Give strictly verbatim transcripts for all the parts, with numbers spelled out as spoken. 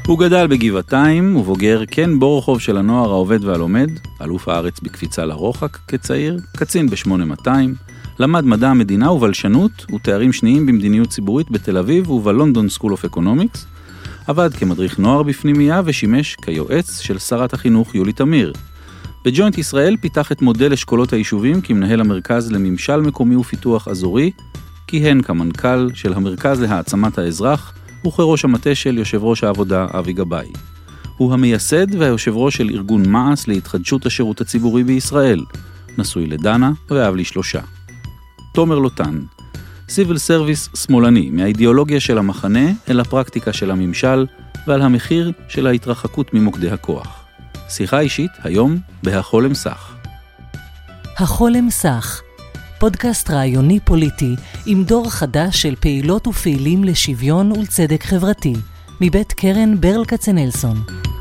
הוא גדל בגבעתיים ובוגר כן בורחוב של הנוער העובד והלומד, אלוף הארץ בקפיצה לרוחק כצעיר, קצין ב-שמונה מאתיים, למד מדע המדינה ובלשנות ותארים שניים במדיניות ציבורית בתל אביב ובלונדון סקול אוף אקונומיקס, עבד כמדריך נוער בפנימייה ושימש כיועץ של שרת החינוך יולי תמיר. בג'וינט ישראל פיתח את מודל אשכולות היישובים כמנהל המרכז לממשל מקומי ופיתוח אזורי, כיהן כמנכ"ל של המרכז להעצמת האזרח וכראש המטה של יושב ראש העבודה אבי גבאי. הוא המייסד והיושב ראש של ארגון מעש להתחדשות השירות הציבורי בישראל, נשוי לדנה ואב לי שלושה. תומר לוטן, סיביל סרוויס שמאלני, מהאידיאולוגיה של המחנה אל הפרקטיקה של הממשל ועל המחיר של ההתרחקות ממוקדי הכוח. שיחה אישית היום בהחולם סך. החולם סך, פודקאסט רעיוני פוליטי עם דור חדש של פעילות ופעילים לשוויון ולצדק חברתי, מבית קרן ברל כצנלסון.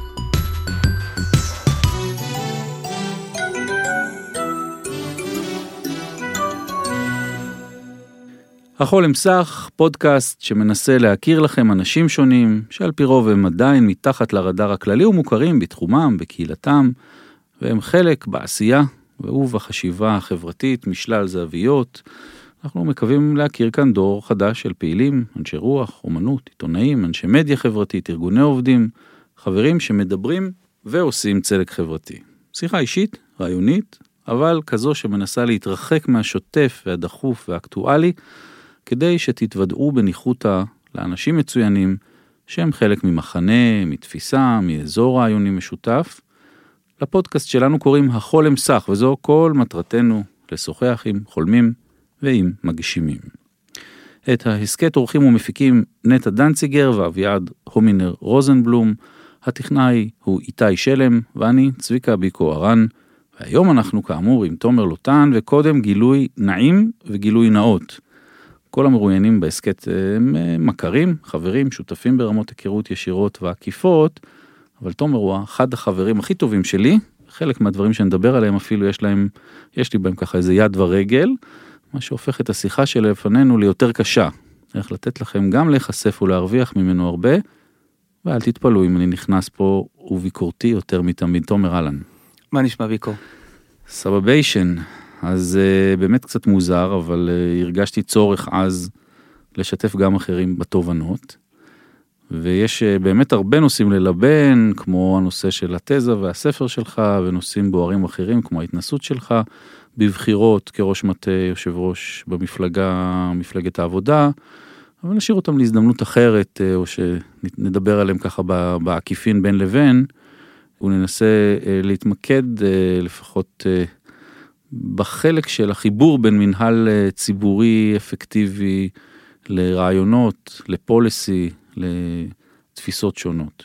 החולם סך, פודקאסט שמנסה להכיר לכם אנשים שונים, שעל פי רוב הם עדיין מתחת לרדאר הכללי ומוכרים בתחומם, בקהילתם, והם חלק בעשייה ובחשיבה החברתית משלל זוויות. אנחנו מקווים להכיר כאן דור חדש של פעילים, אנשי רוח, אומנות, עיתונאים, אנשי מדיה חברתית, ארגוני עובדים, חברים שמדברים ועושים צדק חברתי. שיחה אישית, רעיונית, אבל כזו שמנסה להתרחק מהשוטף והדחוף והאקטואלי, כדי שתתוודעו בניחותה לאנשים מצוינים שהם חלק ממחנה, מתפיסה, מאזור רעיוני משותף. לפודקאסט שלנו קוראים החולם סך, וזו כל מטרתנו לשוחח עם חולמים ועם מגשימים. את ההסקט עורכים ומפיקים נטע דנציגר ואביעד הומינר רוזנבלום, הטכנאי הוא איתי שלם ואני צביקה ביקו ארן, והיום אנחנו כאמור עם תומר לוטן, וקודם גילוי נעים וגילוי נאות. כל המרואיינים בהסקט הם מכרים, חברים, שותפים ברמות היכרות ישירות ועקיפות, אבל תומר הוא אחד החברים הכי טובים שלי, חלק מהדברים שנדבר עליהם אפילו יש להם, יש לי בהם ככה איזה יד ורגל, מה שהופך את השיחה שלפנינו ליותר קשה. איך לתת לכם גם להיחשף ולהרוויח ממנו הרבה, ואל תתפלו אם אני נכנס פה וביקורתי יותר מתמיד. תומר אלן. מה נשמע ביקור? סבביישן. אז uh, באמת קצת מוזר, אבל uh, הרגשתי צורך אז לשתף גם אחרים בתובנות, ויש uh, באמת הרבה נושאים ללבן, כמו הנושא של התזה והספר שלך, ונושאים בוערים אחרים, כמו ההתנסות שלך, בבחירות כראש מטה יושב ראש במפלגה, מפלגת העבודה, אבל נשאיר אותם להזדמנות אחרת, uh, או שנדבר עליהם ככה בעקיפין בין לבין, וננסה uh, להתמקד uh, לפחות... Uh, בחלק של החיבור בין מנהל ציבורי אפקטיבי לרעיונות, לפוליסי, לתפיסות שונות.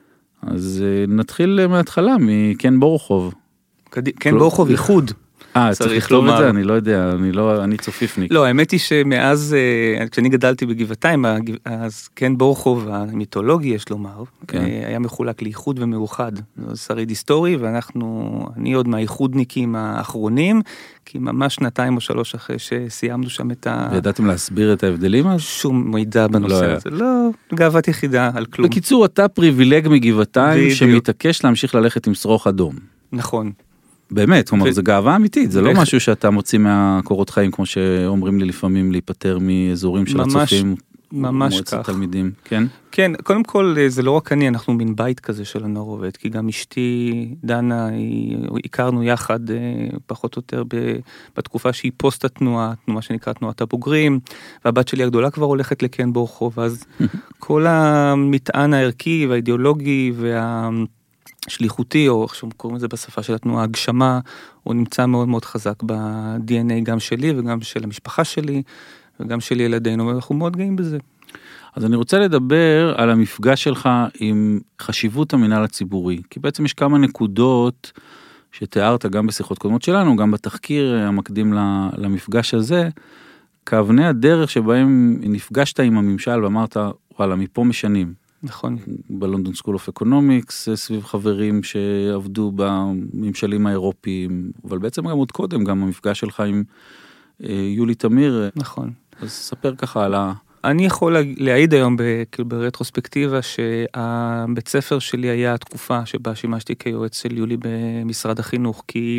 אז נתחיל מההתחלה מכן בורחוב. כן בורחוב ייחוד. אה, צריך לכתוב את זה? אני לא יודע, אני לא, אני צופיפניק. לא, האמת היא שמאז, כשאני גדלתי בגבעתיים, אז כן בורחוב המיתולוגי, יש לומר, היה מחולק לייחוד ומאוחד. זה שריד היסטורי, ואנחנו, אני עוד מהייחודניקים האחרונים, כי ממש שנתיים או שלוש אחרי שסיימנו שם את ה... וידעתם להסביר את ההבדלים אז? שום מידע בנושא הזה. לא, גאוות יחידה על כלום. בקיצור, אתה פריבילג מגבעתיים שמתעקש להמשיך ללכת עם שרוך אדום. נכון. באמת, כלומר, זה גאווה אמיתית, זה לא משהו שאתה מוציא מהקורות חיים, כמו שאומרים לי לפעמים להיפטר מאזורים של הצופים, מועצת תלמידים, כן? כן, קודם כל, זה לא רק אני, אנחנו מין בית כזה של הנוער עובד, כי גם אשתי, דנה, הכרנו יחד, פחות או יותר, בתקופה שהיא פוסט התנועה, תנועה שנקרא תנועת הבוגרים, והבת שלי הגדולה כבר הולכת לכן בורחוב, אז כל המטען הערכי והאידיאולוגי וה... שליחותי, או איך שקוראים לזה בשפה של התנועה, הגשמה, הוא נמצא מאוד מאוד חזק ב-די אן איי גם שלי, וגם של המשפחה שלי, וגם של ילדינו, ואנחנו מאוד גאים בזה. אז אני רוצה לדבר על המפגש שלך עם חשיבות המינהל הציבורי, כי בעצם יש כמה נקודות שתיארת גם בשיחות קודמות שלנו, גם בתחקיר המקדים למפגש הזה, כאבני הדרך שבהם נפגשת עם הממשל, ואמרת, וואלה, מפה משנים. נכון. בלונדון סקול אוף אקונומיקס, סביב חברים שעבדו בממשלים האירופיים, אבל בעצם גם עוד קודם, גם המפגש שלך עם יולי תמיר. נכון. אז ספר ככה על אני יכול להעיד היום ברטרוספקטיבה שהבית ספר שלי היה התקופה שבה שימשתי כיועץ של יולי במשרד החינוך, כי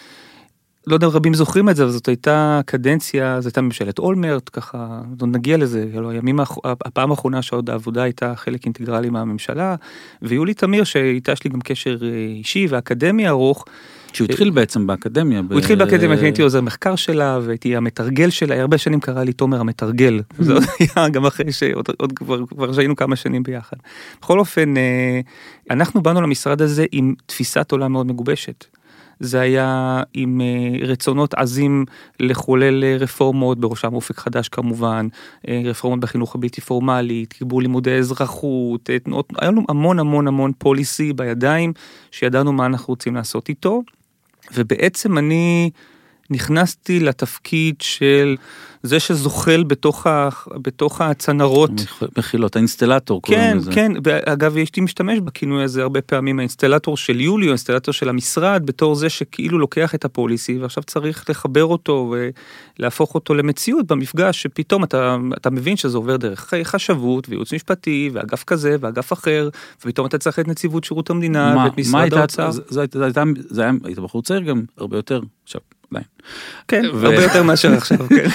לא יודע, רבים זוכרים את זה, אבל זאת הייתה קדנציה, זאת הייתה ממשלת אולמרט, ככה, נגיע לזה, הימים, הפעם האחרונה שעוד העבודה הייתה חלק אינטגרלי מהממשלה, ויולי תמיר, שאיתה יש לי גם קשר אישי ואקדמי ארוך, שהוא התחיל בעצם באקדמיה. הוא התחיל באקדמיה, הייתי עוזר מחקר שלה, והייתי המתרגל שלה, הרבה שנים קרא לי תומר המתרגל, זה עוד היה גם אחרי שעוד כבר שהיינו כמה שנים ביחד. בכל אופן, אנחנו באנו למשרד הזה עם תפיסת עולם מאוד מגובשת. זה היה עם רצונות עזים לחולל רפורמות, בראשם אופק חדש כמובן, רפורמות בחינוך הבלתי פורמלי, תגבור לימודי אזרחות, היה לנו המון המון המון פוליסי בידיים, שידענו מה אנחנו רוצים לעשות איתו, ובעצם אני נכנסתי לתפקיד של זה שזוחל בתוך, ה, בתוך הצנרות. מחילות, האינסטלטור. כן, כן, ואגב, יש לי משתמש בכינוי הזה הרבה פעמים, האינסטלטור של יולי, או האינסטלטור של המשרד, בתור זה שכאילו לוקח את הפוליסי, ועכשיו צריך לחבר אותו, ולהפוך אותו למציאות במפגש, שפתאום אתה, אתה מבין שזה עובר דרך חשבות, וייעוץ משפטי, ואגף כזה, ואגף אחר, ופתאום אתה צריך את נציבות שירות המדינה, מה, ואת משרד האוצר. זה היה בחור צעיר גם הרבה יותר, עכשיו, עדיין. כן, הרבה יותר מאשר עכשיו, כן.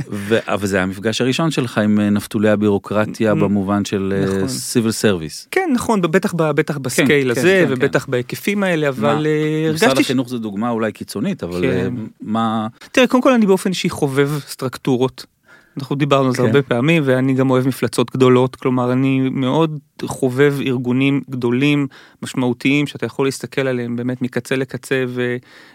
אבל זה המפגש הראשון שלך עם נפתולי הבירוקרטיה במובן של סיביל סרוויס. כן, נכון, בטח בסקייל הזה, ובטח בהיקפים האלה, אבל הרגשתי... משרד החינוך זה דוגמה אולי קיצונית, אבל מה... תראה, קודם כל אני באופן אישי חובב סטרקטורות. אנחנו דיברנו על זה הרבה פעמים, ואני גם אוהב מפלצות גדולות, כלומר, אני מאוד חובב ארגונים גדולים, משמעותיים, שאתה יכול להסתכל עליהם באמת מקצה לקצה, ו-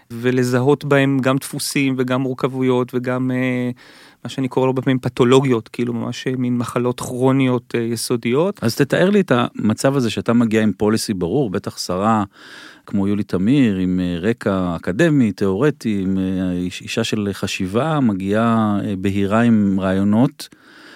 ולזהות בהם גם דפוסים, וגם מורכבויות, וגם אה, מה שאני קורא לו בפעמים פתולוגיות, כאילו ממש מין מחלות כרוניות אה, יסודיות. אז תתאר לי את המצב הזה, שאתה מגיע עם פוליסי ברור, בטח שרה, כמו יולי תמיר, עם רקע אקדמי, תיאורטי, עם אישה של חשיבה, מגיעה בהירה עם רעיונות,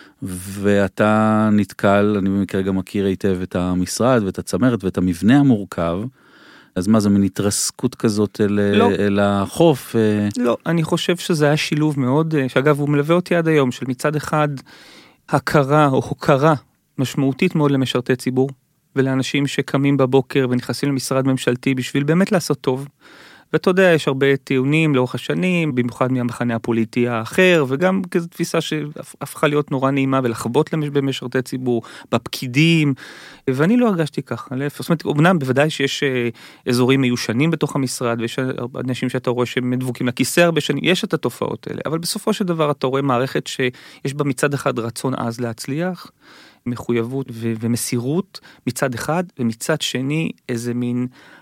ואתה נתקל, אני במקרה גם מכיר היטב את המשרד, ואת הצמרת, ואת המבנה המורכב, אז מה, זה מין התרסקות כזאת אל, לא. אל החוף? לא, אני חושב שזה היה שילוב מאוד, שאגב, הוא מלווה אותי עד היום, של מצד אחד, הכרה או הוקרה משמעותית מאוד למשרתי ציבור, ולאנשים שקמים בבוקר ונכנסים למשרד ממשלתי בשביל באמת לעשות טוב. ואתה יודע, יש הרבה טיעונים לאורך השנים, במיוחד מהמחנה הפוליטי האחר, וגם כזו תפיסה שהפכה להיות נורא נעימה ולחבות במשרתי ציבור, בפקידים, ואני לא הרגשתי ככה. זאת אומרת, אמנם בוודאי שיש אזורים מיושנים בתוך המשרד, ויש אנשים שאתה רואה שהם דבוקים לכיסא הרבה שנים, יש את התופעות האלה, אבל בסופו של דבר אתה רואה מערכת שיש בה מצד אחד רצון עז להצליח, מחויבות ו- ומסירות מצד אחד, ומצד שני איזה מין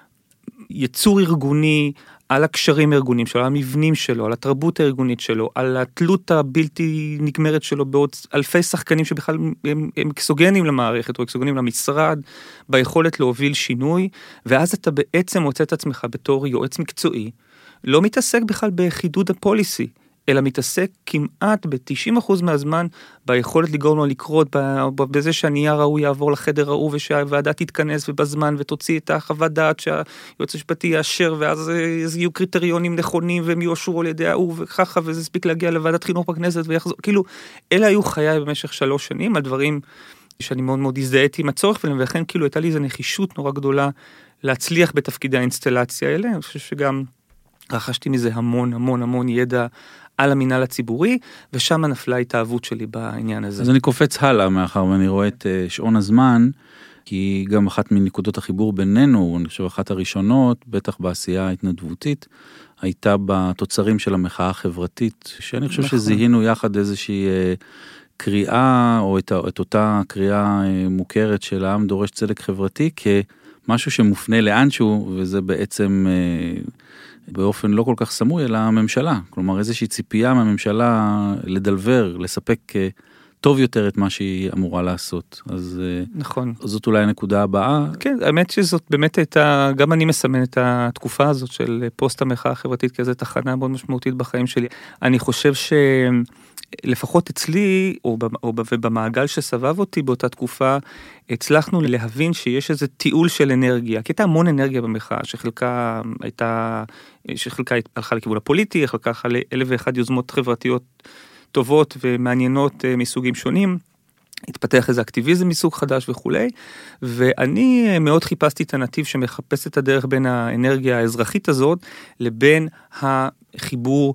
יצור ארגוני על הקשרים הארגוניים שלו, על המבנים שלו, על התרבות הארגונית שלו, על התלות הבלתי נגמרת שלו בעוד אלפי שחקנים שבכלל הם, הם אקסוגנים למערכת או אקסוגנים למשרד, ביכולת להוביל שינוי, ואז אתה בעצם מוצא את עצמך בתור יועץ מקצועי, לא מתעסק בכלל בחידוד הפוליסי, אלא מתעסק כמעט ב-תשעים אחוז מהזמן ביכולת לגרום לו לקרות, בזה שהנייר ההוא יעבור לחדר ההוא, ושהוועדה תתכנס ובזמן, ותוציא את החוות דעת שהיועץ המשפטי יאשר, ואז יהיו קריטריונים נכונים, והם יאושרו על ידי ההוא, וככה, וזה הספיק להגיע לוועדת חינוך בכנסת, ויחזור, כאילו, אלה היו חיי במשך שלוש שנים, על דברים שאני מאוד מאוד הזדהיתי עם הצורך, ולכן כאילו הייתה לי איזו נחישות נורא גדולה, להצליח בתפקידי האינסטלציה האלה, אני חושב שגם רכשתי מזה המון המון המון ידע, על המינהל הציבורי, ושם נפלה התאהבות שלי בעניין הזה. אז אני קופץ הלאה, מאחר ואני רואה את שעון הזמן, כי גם אחת מנקודות החיבור בינינו, אני חושב אחת הראשונות, בטח בעשייה ההתנדבותית, הייתה בתוצרים של המחאה החברתית, שאני חושב נכון. שזיהינו יחד איזושהי קריאה, או את, את אותה קריאה מוכרת של העם דורש צדק חברתי, כמשהו שמופנה לאנשהו, וזה בעצם באופן לא כל כך סמוי, אלא הממשלה. כלומר, איזושהי ציפייה מהממשלה לדלבר, לספק טוב יותר את מה שהיא אמורה לעשות. אז נכון. זאת אולי הנקודה הבאה. כן, האמת שזאת באמת הייתה, גם אני מסמן את התקופה הזאת של פוסט המחאה החברתית, כאיזו תחנה מאוד משמעותית בחיים שלי. אני חושב ש... לפחות אצלי, או, או, ובמעגל שסבב אותי באותה תקופה, הצלחנו להבין שיש איזה טיול של אנרגיה, כי הייתה המון אנרגיה במחאה, שחלקה הייתה, שחלקה הלכה לכיוון הפוליטי, חלקה הלכה לאלף ואחד יוזמות חברתיות טובות ומעניינות מסוגים שונים, התפתח איזה אקטיביזם מסוג חדש וכולי, ואני מאוד חיפשתי את הנתיב שמחפש את הדרך בין האנרגיה האזרחית הזאת, לבין החיבור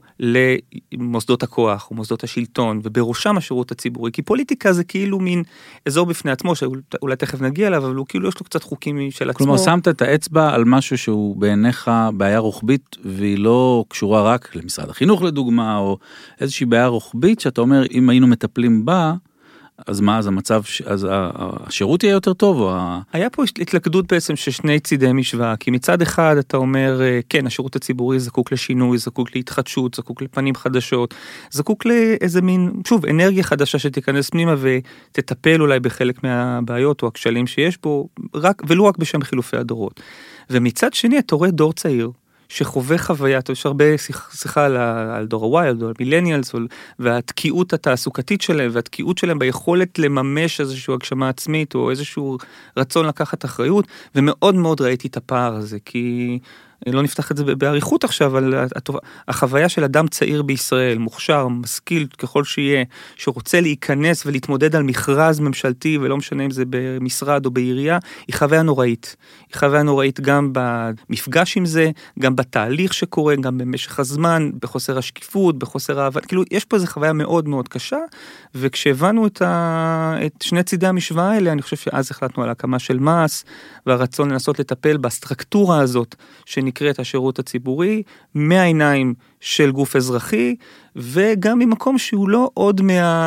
למוסדות הכוח, ומוסדות השלטון, ובראשם השירות הציבורי, כי פוליטיקה זה כאילו מין אזור בפני עצמו, שאולי תכף נגיע אליו, אבל הוא כאילו יש לו קצת חוקים של עצמו. כלומר, שמת את האצבע על משהו שהוא בעיניך בעיה רוחבית, והיא לא קשורה רק למשרד החינוך לדוגמה, או איזושהי בעיה רוחבית, שאתה אומר, אם היינו מטפלים בה, אז מה, אז המצב, אז השירות יהיה יותר טוב? או ה... היה פה התלכדות בעצם ששני צידי משוואה, כי מצד אחד אתה אומר, כן, השירות הציבורי זקוק לשינוי, זקוק להתחדשות, זקוק לפנים חדשות, זקוק לאיזה מין, שוב, אנרגיה חדשה שתיכנס פנימה ותטפל אולי בחלק מהבעיות או הכשלים שיש בו, רק, ולא רק בשם חילופי הדורות. ומצד שני, אתה רואה דור צעיר, שחווה חוויה, יש הרבה שיחה על, על דור ה-Y, על דור המילניאלס, והתקיעות התעסוקתית שלהם, והתקיעות שלהם ביכולת לממש איזושהי הגשמה עצמית, או איזשהו רצון לקחת אחריות, ומאוד מאוד ראיתי את הפער הזה, כי לא נפתח את זה בעריכות עכשיו, אבל החוויה של אדם צעיר בישראל, מוכשר, משכיל ככל שיהיה, שרוצה להיכנס ולהתמודד על מכרז ממשלתי, ולא משנה אם זה במשרד או בעירייה, היא חוויה נוראית. היא חוויה נוראית גם במפגש עם זה, גם בתהליך שקורה, גם במשך הזמן, בחוסר השקיפות, בחוסר האהבה, כאילו יש פה איזו חוויה מאוד מאוד קשה, וכשהבנו את, ה... את שני צידי המשוואה האלה, אני חושב שאז החלטנו על הקמה של מס, והרצון לנסות לטפל בסטרקטורה הזאת, שנקראת השירות הציבורי, מהעיניים של גוף אזרחי, וגם ממקום שהוא לא עוד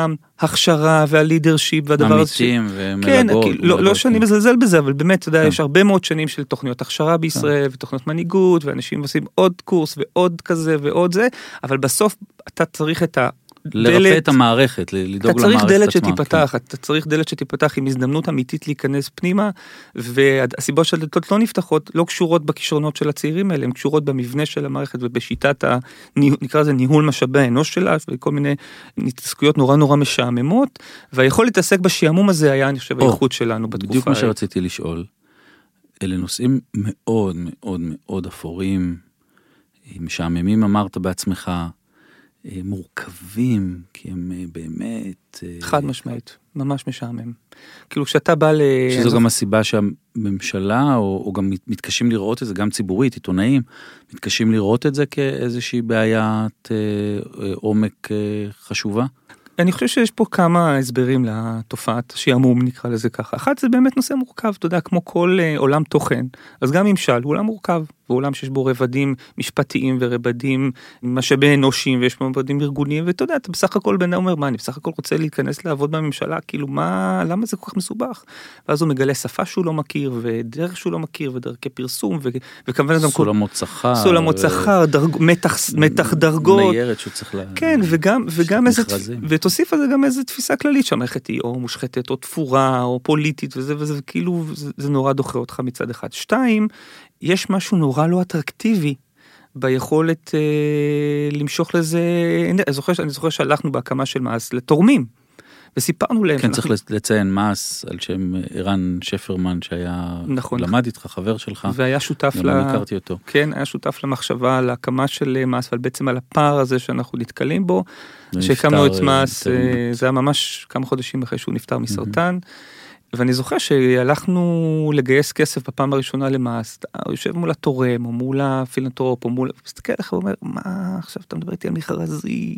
מההכשרה והלידרשיפ והדבר הזה. אמיתים ומלגות. כן, לא, לא שאני מזלזל בזה, אבל באמת, אתה יודע, יש הרבה מאוד שנים של תוכניות הכשרה בישראל, ותוכניות מנהיגות, ואנשים עושים עוד קורס ועוד כזה ועוד זה, אבל בסוף אתה צריך את ה... לרפא את המערכת, לדאוג למערכת עצמה. אתה צריך דלת שתיפתח, אתה צריך דלת שתיפתח עם הזדמנות אמיתית להיכנס פנימה, והסיבות של דלתות לא נפתחות, לא קשורות בכישרונות של הצעירים האלה, הן קשורות במבנה של המערכת ובשיטת, נקרא לזה ניהול משאבי האנוש שלה, וכל מיני התעסקויות נורא נורא משעממות, והיכול להתעסק בשעמום הזה היה, אני חושב, האיכות שלנו בתקופה. בדיוק מה שרציתי לשאול, אלה נושאים מאוד מאוד מאוד אפורים, משעממים אמרת בעצמך, מורכבים, כי הם באמת... חד משמעית, ממש משעמם. כאילו כשאתה בא ל... שזו גם הסיבה שהממשלה, או, או גם מתקשים לראות את זה, גם ציבורית, עיתונאים, מתקשים לראות את זה כאיזושהי בעיית אה, עומק אה, חשובה? אני חושב שיש פה כמה הסברים לתופעת שעמום, נקרא לזה ככה. אחת, זה באמת נושא מורכב, אתה יודע, כמו כל אה, עולם תוכן, אז גם ממשל הוא עולם מורכב, ועולם שיש בו רבדים משפטיים ורבדים משאבי אנושיים, ויש בו רבדים ארגוניים, ואתה יודע, אתה בסך הכל בן אומר, מה, אני בסך הכל רוצה להיכנס לעבוד בממשלה, כאילו, מה, למה זה כל כך מסובך? ואז הוא מגלה שפה שהוא לא מכיר, ודרך שהוא לא מכיר, ודרכי פרסום, ו- וכמובן גם... סולמות שכר. סולמות שכר, ו... דרג... מתח, מתח דרגות. ניירת שהוא צריך לה... כן, וגם, וגם איזה... ותוסיף על זה גם איזה תפיסה כללית, שהמערכת היא או מושחתת, או תפורה, או פוליטית, וזה, וזה, כאילו, זה, זה נורא דוחה אותך מצד אחד. שתיים, יש משהו נורא לא אטרקטיבי ביכולת אה, למשוך לזה, אני זוכר, אני זוכר שהלכנו בהקמה של מס לתורמים, וסיפרנו להם. כן, צריך לציין מס על שם ערן שפרמן, שהיה, נכון, למד איתך, חבר שלך. והיה שותף ל... גם הכרתי אותו. כן, היה שותף למחשבה על ההקמה של מס, אבל בעצם על הפער הזה שאנחנו נתקלים בו, שהקמנו את מס, זה היה ממש כמה חודשים אחרי שהוא נפטר מסרטן, ואני זוכר שהלכנו לגייס כסף בפעם הראשונה למס, הוא יושב מול התורם, או מול הפילנטרופ, או מול, מסתכל לך ואומר, מה, עכשיו אתה מדבר איתי על מכרזים,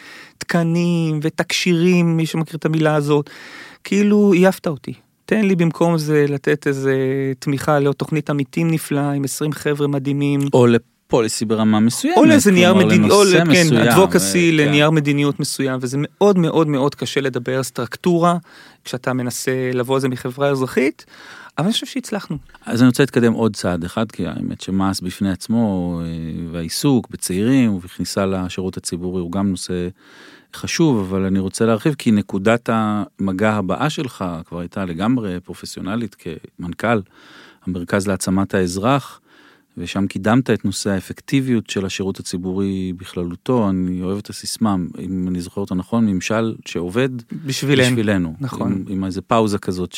ותקנים, ותקשירים, מי שמכיר את המילה הזאת, כאילו, יפת אותי. תן לי במקום זה לתת איזה תמיכה לעוד תוכנית עמיתים נפלא, עם עשרים חבר'ה מדהימים. או לפוליסי ברמה מסוימת. או לאיזה נייר מדיניות, כן, אדבוקסי לנייר מדיניות מסוים, וזה מאוד מאוד מאוד קשה לדבר סטרקטורה, כשאתה מנסה לבוא זה מחברה אזרחית, אבל אני חושב שהצלחנו. אז אני רוצה להתקדם עוד צעד אחד, כי האמת שמס בפני עצמו, והעיסוק בצעירים, ובכניסה לשירות הציבורי, הוא גם נושא חשוב, אבל אני רוצה להרחיב, כי נקודת המגע הבאה שלך, כבר הייתה לגמרי פרופסיונלית, כמנכ"ל המרכז להעצמת האזרח, ושם קידמת את נושא האפקטיביות של השירות הציבורי בכללותו. אני אוהב את הסיסמה, אם אני זוכר אותה נכון, ממשל שעובד בשבילנו, בשבילנו נכון. עם, עם איזו פאוזה כזאת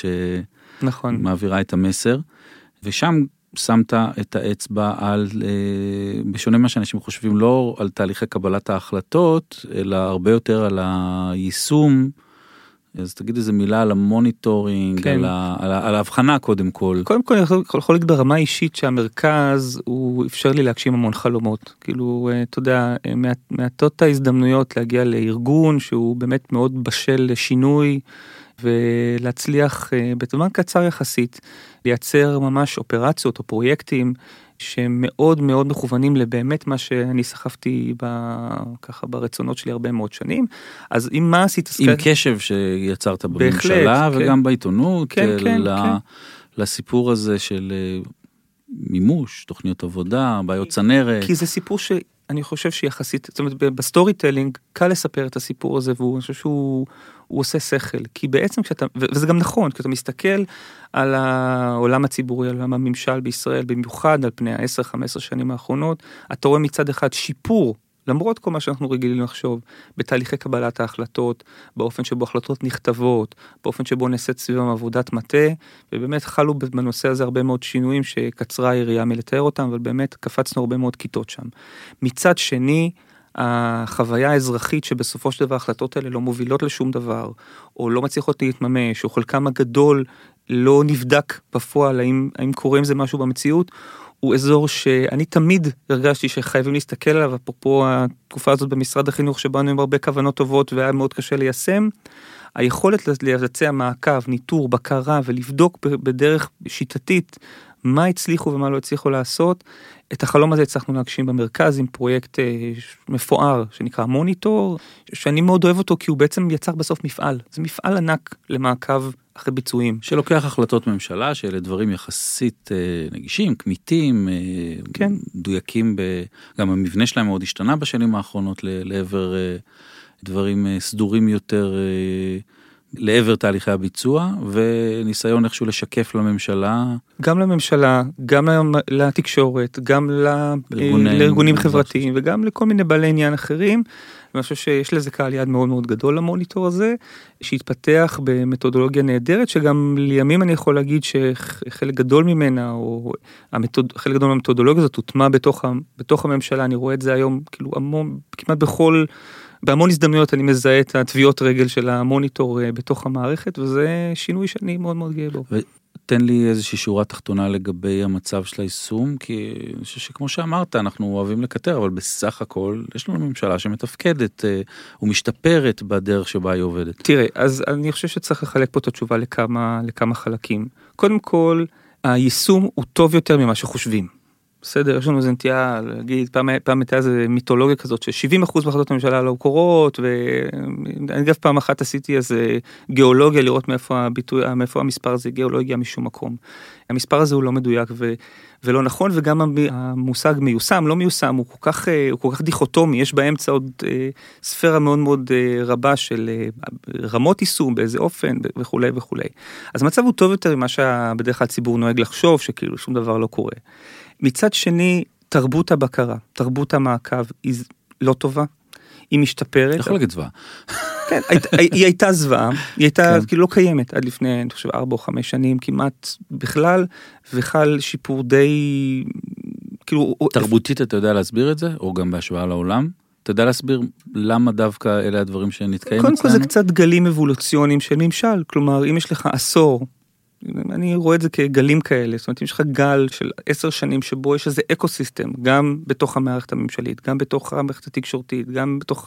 שמעבירה נכון. את המסר, ושם שמת את האצבע על, בשונה מה שאנשים חושבים, לא על תהליכי קבלת ההחלטות, אלא הרבה יותר על היישום אז תגיד איזה מילה על המוניטורינג, כן. על, ה, על, ה, על ההבחנה קודם כל. קודם כל, אני יכול, יכול להגיד ברמה אישית שהמרכז הוא אפשר לי להגשים המון חלומות. כאילו, אתה יודע, מעטות ההזדמנויות להגיע לארגון שהוא באמת מאוד בשל לשינוי, ולהצליח בזמן קצר יחסית, לייצר ממש אופרציות או פרויקטים, שהם מאוד מאוד מכוונים לבאמת מה שאני סחפתי ב, ככה ברצונות שלי הרבה מאוד שנים. אז אם מה עשית... עם קשב שיצרת בממשלה בהחלט, וגם כן. בעיתונות, כן, כן, ל, כן. לסיפור הזה של מימוש, תוכניות עבודה, בעיות צנרת. כי זה סיפור שאני חושב שיחסית, זאת אומרת, בסטורי טלינג קל לספר את הסיפור הזה, והוא, אני חושב שהוא הוא עושה שכל, כי בעצם כשאתה, וזה גם נכון, כשאתה מסתכל על העולם הציבורי, על העולם הממשל בישראל, במיוחד על פני ה-עשר חמש עשרה שנים האחרונות, אתה רואה מצד אחד שיפור, למרות כל מה שאנחנו רגילים לחשוב, בתהליכי קבלת ההחלטות, באופן שבו החלטות נכתבות, באופן שבו נעשית סביבם עבודת מטה, ובאמת חלו בנושא הזה הרבה מאוד שינויים שקצרה העירייה מלתאר אותם, אבל באמת קפצנו הרבה מאוד כיתות שם. מצד שני, החוויה האזרחית שבסופו של דבר ההחלטות האלה לא מובילות לשום דבר, או לא מצליחות להתממש, או חלקם הגדול לא נבדק בפועל, האם, האם קורה עם זה משהו במציאות, הוא אזור שאני תמיד הרגשתי שחייבים להסתכל עליו, אפרופו התקופה הזאת במשרד החינוך, שבאנו עם הרבה כוונות טובות והיה מאוד קשה ליישם, היכולת לבצע מעקב, ניטור, בקרה ולבדוק בדרך שיטתית, מה הצליחו ומה לא הצליחו לעשות, את החלום הזה הצלחנו להגשים במרכז עם פרויקט מפואר שנקרא מוניטור, שאני מאוד אוהב אותו כי הוא בעצם יצר בסוף מפעל. זה מפעל ענק למעקב אחרי ביצועים. שלוקח החלטות ממשלה, שאלה דברים יחסית נגישים, כמיתים, כן. מדויקים, ב... גם המבנה שלהם מאוד השתנה בשנים האחרונות לעבר דברים סדורים יותר לעבר תהליכי הביצוע, וניסיון איכשהו לשקף לממשלה. גם לממשלה, גם לתקשורת, גם לארגונים חברתיים, וגם לכל מיני בעלי עניין אחרים. ואני חושב שיש לזה קהל יד מאוד מאוד גדול למוניטור הזה, שהתפתח במתודולוגיה נהדרת, שגם לימים אני יכול להגיד שחלק גדול ממנה, או המתוד... חלק גדול מהמתודולוגיה הזאת הוטמע בתוך, בתוך הממשלה, אני רואה את זה היום, כאילו המון, כמעט בכל... בהמון הזדמנויות אני מזהה את התביעות רגל של המוניטור בתוך המערכת, וזה שינוי שאני מאוד מאוד גאה בו. ותן לי איזושהי שורה תחתונה לגבי המצב של היישום, כי אני חושב שכמו שאמרת, אנחנו אוהבים לקטר, אבל בסך הכל יש לנו ממשלה שמתפקדת ומשתפרת בדרך שבה היא עובדת. תראה, אז אני חושב שצריך לחלק פה את התשובה לכמה, לכמה חלקים. קודם כל, היישום הוא טוב יותר ממה שחושבים. בסדר, יש לנו איזה נטייה להגיד, פעם, פעם הייתה איזו מיתולוגיה כזאת, ש-שבעים אחוז מהחלטות הממשלה לא קורות, ואני אגב פעם אחת עשיתי איזה גיאולוגיה, לראות מאיפה הביטוי, מאיפה המספר הזה, גיאולוגיה משום מקום. המספר הזה הוא לא מדויק ו, ולא נכון, וגם המושג מיושם, לא מיושם, הוא כל כך, הוא כל כך דיכוטומי, יש באמצע עוד ספירה מאוד מאוד רבה של רמות יישום, באיזה אופן וכו' וכו'. אז המצב הוא טוב יותר ממה שבדרך כלל הציבור נוהג לחשוב, שכאילו שום דבר לא קורה. מצד שני, תרבות הבקרה, תרבות המעקב, היא לא טובה, היא משתפרת. יכול להגיד זוועה. כן, היא הייתה זוועה, היא הייתה כאילו לא קיימת עד לפני, אני חושב, ארבע או חמש שנים כמעט בכלל, וחל שיפור די, כאילו... תרבותית, אתה יודע להסביר את זה? או גם בהשוואה לעולם? אתה יודע להסביר למה דווקא אלה הדברים שנתקיים אצלנו? קודם כל זה קצת גלים אבולוציוניים של ממשל, כלומר, אם יש לך עשור, אני רואה את זה כגלים כאלה, זאת אומרת, אם יש לך גל של עשר שנים שבו יש איזה אקוסיסטם, גם בתוך המערכת הממשלית, גם בתוך המערכת התקשורתית, גם בתוך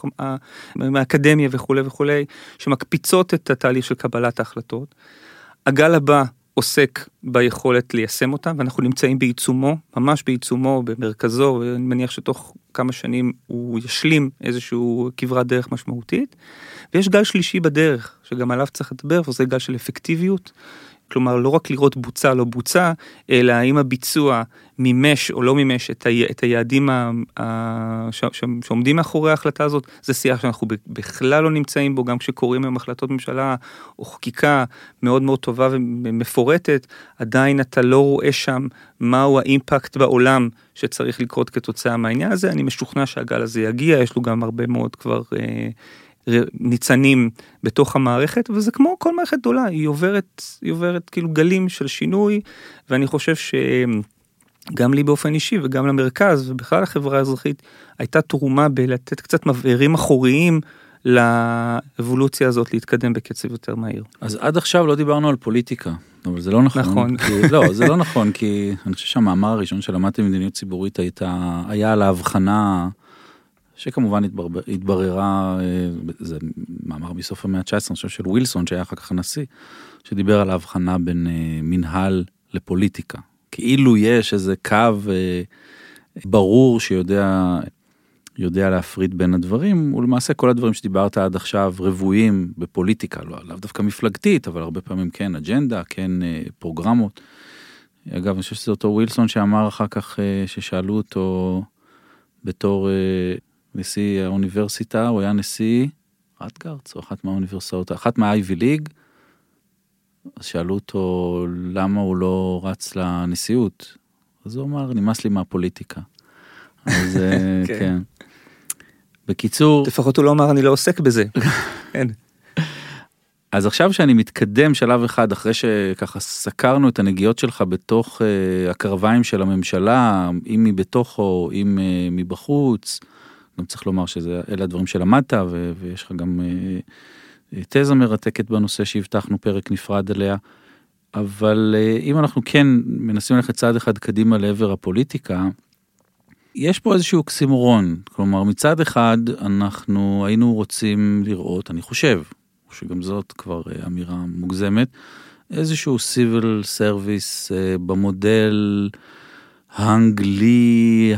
האקדמיה וכו' וכו', שמקפיצות את התהליך של קבלת ההחלטות. הגל הבא עוסק ביכולת ליישם אותם, ואנחנו נמצאים בעיצומו, ממש בעיצומו, במרכזו, ואני מניח שתוך כמה שנים הוא ישלים איזשהו כברת דרך משמעותית, ויש גל שלישי בדרך, שגם עליו צריך לדבר, וזה גל של אפקטיביות, כלומר, לא רק לראות בוצע לא בוצע, אלא האם הביצוע מימש או לא מימש את, ה, את היעדים ה, ה, ש, ש, שעומדים מאחורי ההחלטה הזאת, זה שיח שאנחנו בכלל לא נמצאים בו, גם כשקוראים עם החלטות ממשלה או חקיקה מאוד מאוד טובה ומפורטת, עדיין אתה לא רואה שם מהו האימפקט בעולם שצריך לקרות כתוצאה מהעניין הזה. אני משוכנע שהגל הזה יגיע, יש לו גם הרבה מאוד כבר... אה, ניצנים בתוך המערכת, וזה כמו כל מערכת גדולה, היא עוברת, היא עוברת כאילו גלים של שינוי, ואני חושב שגם לי באופן אישי וגם למרכז, ובכלל החברה האזרחית, הייתה תרומה בלתת קצת מבערים אחוריים לאבולוציה הזאת להתקדם בקצב יותר מהיר. אז עד עכשיו לא דיברנו על פוליטיקה, אבל זה לא נכון. נכון. כי, לא, זה לא נכון, כי אני חושב שהמאמר הראשון שלמדתי מדיניות ציבורית הייתה, היה על ההבחנה, שכמובן התברר, התבררה, זה מאמר בסוף המאה ה-תשע עשרה, אני חושב של ווילסון, שהיה אחר כך הנשיא, שדיבר על ההבחנה בין מנהל לפוליטיקה. כאילו יש איזה קו ברור שיודע... יודע להפריד בין הדברים, ולמעשה כל הדברים שדיברת עד עכשיו רבועים בפוליטיקה, לא, לאו דווקא מפלגתית, אבל הרבה פעמים כן אג'נדה, כן פרוגרמות. אגב, אני חושב שזה אותו ווילסון שאמר אחר כך, ששאלו אותו בתור נשיא האוניברסיטה, הוא היה נשיא רטגרץ, או אחת מהאוניברסיטאות, אחת מהאייבי ליג, אז שאלו אותו למה הוא לא רץ לנשיאות, אז הוא אמר, נמאס לי מהפוליטיקה. אז כן. בקיצור... לפחות הוא לא אמר, אני לא עוסק בזה. אז עכשיו שאני מתקדם שלב אחד, אחרי שככה סקרנו את הנגיעות שלך בתוך הקרביים של הממשלה, אם מבתוך או אם מבחוץ, גם צריך לומר שאלה הדברים שלמדת, ויש לך גם תזה מרתקת בנושא שהבטחנו פרק נפרד עליה, אבל אם אנחנו כן מנסים ללכת צעד אחד קדימה לעבר הפוליטיקה, יש פה איזשהו אוקסימורון, כלומר מצד אחד אנחנו היינו רוצים לראות, אני חושב, שגם זאת כבר אמירה מוגזמת, איזשהו civil service במודל האנגלי,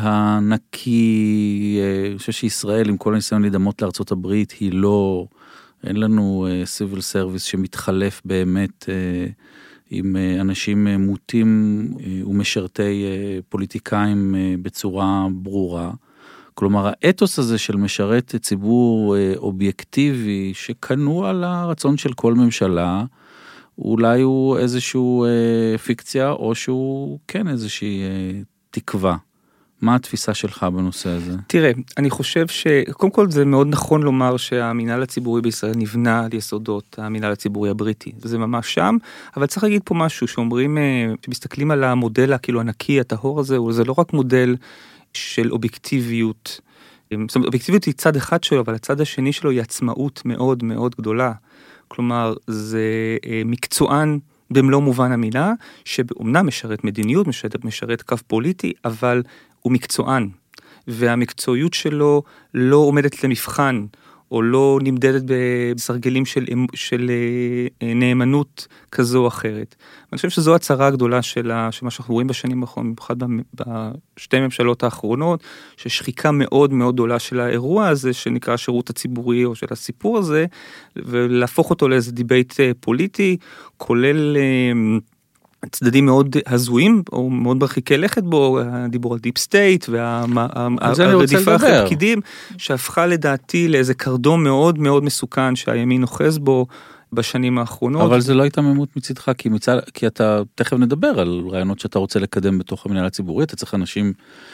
הנקי, אני חושב שישראל עם כל הניסיון להידמות לארצות הברית היא לא, אין לנו civil service שמתחלף באמת עם אנשים מוטים ומשרתי פוליטיקאים בצורה ברורה. כלומר, האתוס הזה של משרת ציבור אובייקטיבי שקנו על הרצון של כל ממשלה, אולי הוא איזשהו פיקציה או שהוא כן איזושהי תקווה. מה התפיסה שלך בנושא הזה? תראה, אני חושב שקודם כל זה מאוד נכון לומר שהמינהל הציבורי בישראל נבנה על יסודות המינהל הציבורי הבריטי. זה ממש שם, אבל צריך להגיד פה משהו שאומרים, שמסתכלים על המודל כאילו הנקי, הטהור הזה, זה לא רק מודל של אובייקטיביות. זאת אומרת, אובייקטיביות היא צד אחד שלו, אבל הצד השני שלו היא עצמאות מאוד מאוד גדולה. כלומר, זה מקצוען במלוא מובן המילה, שאומנם משרת מדיניות, משרת, משרת קו פוליטי, אבל הוא מקצוען, והמקצועיות שלו לא עומדת למבחן, או לא נמדדת בסרגלים של, של נאמנות כזו או אחרת. אני חושב שזו הצרה הגדולה של מה שאנחנו רואים בשנים האחרונות, במיוחד בשתי ממשלות האחרונות, ששחיקה מאוד מאוד גדולה של האירוע הזה, שנקרא השירות הציבורי, או של הסיפור הזה, ולהפוך אותו לאיזה דיבייט פוליטי, כולל צדדים מאוד הזויים, או מאוד מרחיקי לכת בו, הדיבור על דיפ סטייט, והרדיפה אחרי פקידים, שהפכה לדעתי לאיזה קרדום מאוד מאוד מסוכן, שהימין אוחז בו בשנים האחרונות. אבל זה לא היתממות מצדך, כי, מצד, כי אתה תכף נדבר על רעיונות שאתה רוצה לקדם בתוך המנהל הציבורי, אתה צריך אנשים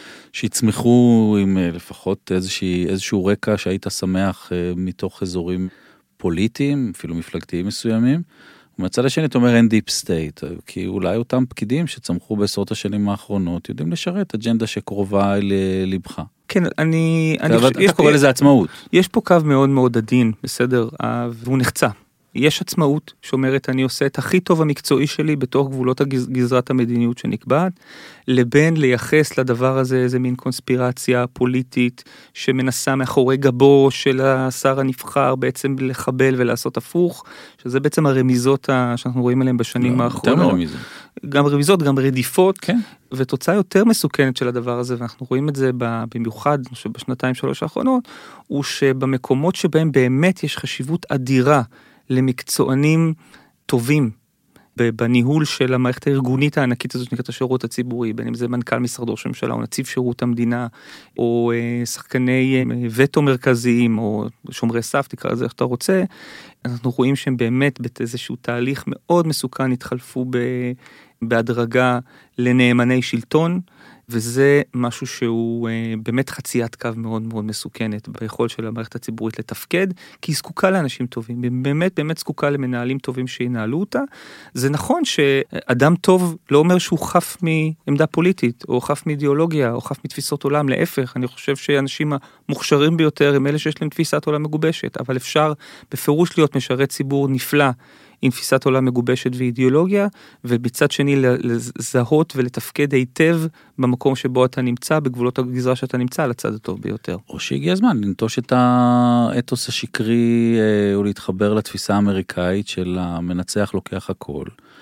שיצמחו עם לפחות איזושהי, איזשהו רקע שהיית שמח מתוך אזורים פוליטיים, אפילו מפלגתיים מסוימים, ומצד השני, אתה אומר אין דיפ סטייט, כי אולי אותם פקידים שצמחו בעשרות השנים האחרונות, יודעים לשרת אג'נדה שקרובה ללבך. כן, אני... אתה קורא לזה עצמאות. יש פה קו מאוד מאוד עדין, בסדר, והוא נחצה. יש עצמאות שאומרת, אני עושה את הכי טוב המקצועי שלי בתוך גבולות גזרת המדיניות שנקבעת, לבין לייחס לדבר הזה איזה מין קונספירציה פוליטית, שמנסה מאחורי גבו של השר הנבחר בעצם לחבל ולעשות הפוך, שזה בעצם הרמיזות שאנחנו רואים עליהן בשנים האחרונות. גם רמיזות, גם רדיפות, כן. ותוצאה יותר מסוכנת של הדבר הזה, ואנחנו רואים את זה במיוחד בשנתיים שלוש האחרונות, הוא שבמקומות שבהם באמת יש חשיבות אדירה למקצוענים טובים בניהול של המערכת הארגונית הענקית הזאת שנקראת השירות הציבורי, בין אם זה מנכ"ל משרד ראש הממשלה או נציב שירות המדינה, או שחקני וטו מרכזיים, או שומרי סף, תקרא לזה איך אתה רוצה, אנחנו רואים שהם באמת באיזשהו תהליך מאוד מסוכן התחלפו בהדרגה לנאמני שלטון, וזה משהו שהוא באמת חציית קו מאוד מאוד מסוכנת ביכולת של המערכת הציבורית לתפקד, כי היא זקוקה לאנשים טובים, היא באמת באמת זקוקה למנהלים טובים שינהלו אותה. זה נכון שאדם טוב לא אומר שהוא חף מעמדה פוליטית, או חף מאידיאולוגיה, או חף מתפיסות עולם, להפך, אני חושב שאנשים המוכשרים ביותר הם אלה שיש להם תפיסת עולם מגובשת, אבל אפשר בפירוש להיות משרת ציבור נפלא, עם תפיסת עולם מגובשת ואידיאולוגיה, ובצד שני לזהות ולתפקד היטב במקום שבו אתה נמצא, בגבולות הגזרה שאתה נמצא, על הצד הטוב ביותר. או שהגיע הזמן לנטוש את האתוס השקרי, ולהתחבר לתפיסה האמריקאית של המנצח לוקח הכל,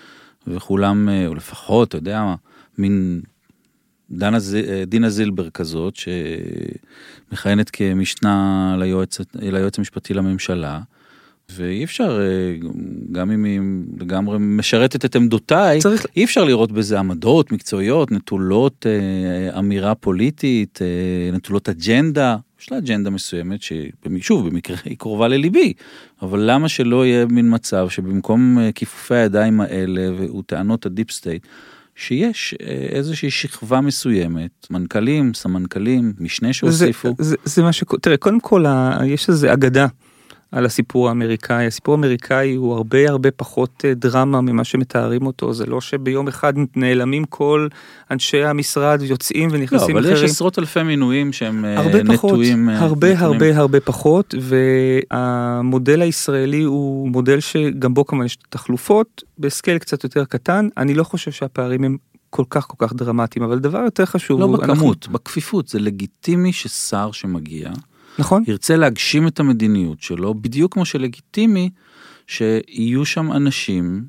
וכולם, או לפחות, אתה יודע מה, מין דנה, דינה זילבר כזאת, שמכהנת כמשנה ליועץ, ליועץ המשפטי לממשלה, ואי אפשר, גם אם היא לגמרי משרתת את עמדותיי, צריך... אי אפשר לראות בזה עמדות מקצועיות, נטולות אמירה פוליטית, נטולות אג'נדה, יש לה אג'נדה מסוימת, ששוב, במקרה היא קרובה לליבי, אבל למה שלא יהיה מין מצב, שבמקום כיפופי הידיים האלה, וטענות הדיפ סטייט, שיש איזושהי שכבה מסוימת, מנכ"לים, סמנכ"לים, משנה שהוסיפו. זה, זה, זה מה ש... תראה, קודם כל, יש איזו אגדה, על הסיפור האמריקאי. הסיפור האמריקאי הוא הרבה הרבה פחות דרמה ממה שמתארים אותו. זה לא שביום אחד נעלמים כל אנשי המשרד, יוצאים ונכנסים אחרים. לא, אבל יש עשרות אלפי מינויים שהם הרבה נטויים. פחות, הרבה נתונים. הרבה הרבה פחות, והמודל הישראלי הוא מודל שגם בו כמובן יש תחלופות, בסקייל קצת יותר קטן. אני לא חושב שהפערים הם כל כך כל כך דרמטיים, אבל דבר יותר חשוב. לא בכמות, אנחנו... בכפיפות. זה לגיטימי ששר שמגיע, נכון. ירצה להגשים את המדיניות שלו, בדיוק כמו שלגיטימי שיהיו שם אנשים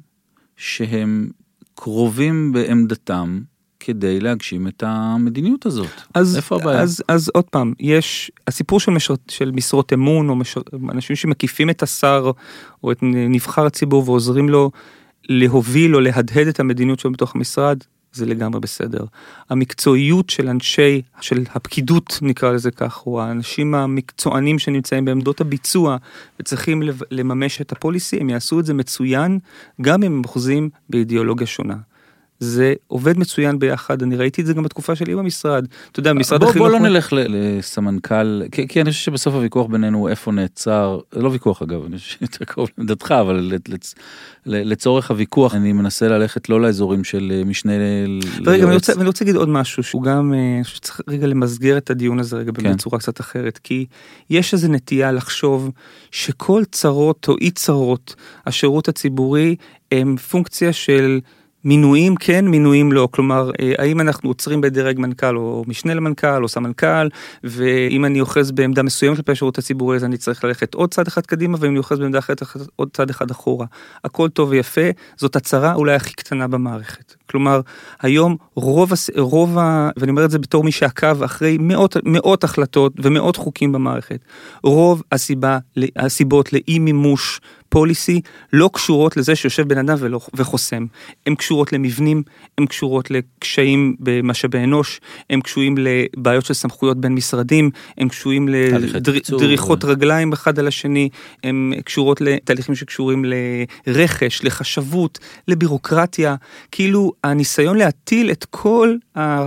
שהם קרובים בעמדתם כדי להגשים את המדיניות הזאת. אז, איפה הבעיה? אז, אז עוד פעם, יש הסיפור של, משר, של משרות אמון, או משר, אנשים שמקיפים את השר, או את נבחר הציבור, ועוזרים לו להוביל או להדהד את המדיניות שלו בתוך המשרד, זה לגמרי בסדר. המקצועיות של אנשי, של הפקידות נקרא לזה כך, או האנשים המקצוענים שנמצאים בעמדות הביצוע, וצריכים לממש את הפוליסי, הם יעשו את זה מצוין, גם אם הם אוחזים באידיאולוגיה שונה. זה עובד מצוין ביחד, אני ראיתי את זה גם בתקופה שלי במשרד. אתה יודע, משרד בוא, החינוך... בוא לא נלך לסמנכ"ל, כי, כי אני חושב שבסוף הוויכוח בינינו הוא איפה נעצר, לא ויכוח אגב, אני חושב יותר קרוב לדעתך, אבל לצ, לצורך הוויכוח אני מנסה ללכת לא לאזורים של משנה ליועץ. רגע, אני רוצה, אני רוצה להגיד עוד משהו, שהוא גם, שצריך רגע למסגר את הדיון הזה רגע כן. בצורה קצת אחרת, כי יש איזו נטייה לחשוב שכל צרות או אי צרות השירות הציבורי הם פונקציה של מינויים כן, מינויים לא, כלומר, האם אנחנו עוצרים בדרג מנכ"ל או משנה למנכ"ל או סמנכ"ל, ואם אני אוחז בעמדה מסוימת כלפי השירות הציבורי, אז אני צריך ללכת עוד צד אחד קדימה, ואם אני אוחז בעמדה אחרת, עוד צד אחד אחורה. הכל טוב ויפה, זאת הצרה אולי הכי קטנה במערכת. כלומר, היום רוב, רוב ואני אומר את זה בתור מי שעקב אחרי מאות, מאות החלטות ומאות חוקים במערכת, רוב הסיבה, הסיבות לאי מימוש פוליסי לא קשורות לזה שיושב בן אדם ולא, וחוסם. הן קשורות למבנים, הן קשורות לקשיים במשאבי אנוש, הן קשורים לבעיות של סמכויות בין משרדים, הן קשורים לדריכות ו... רגליים אחד על השני, הן קשורות לתהליכים שקשורים לרכש, לחשבות, לבירוקרטיה, כאילו הניסיון להטיל את כל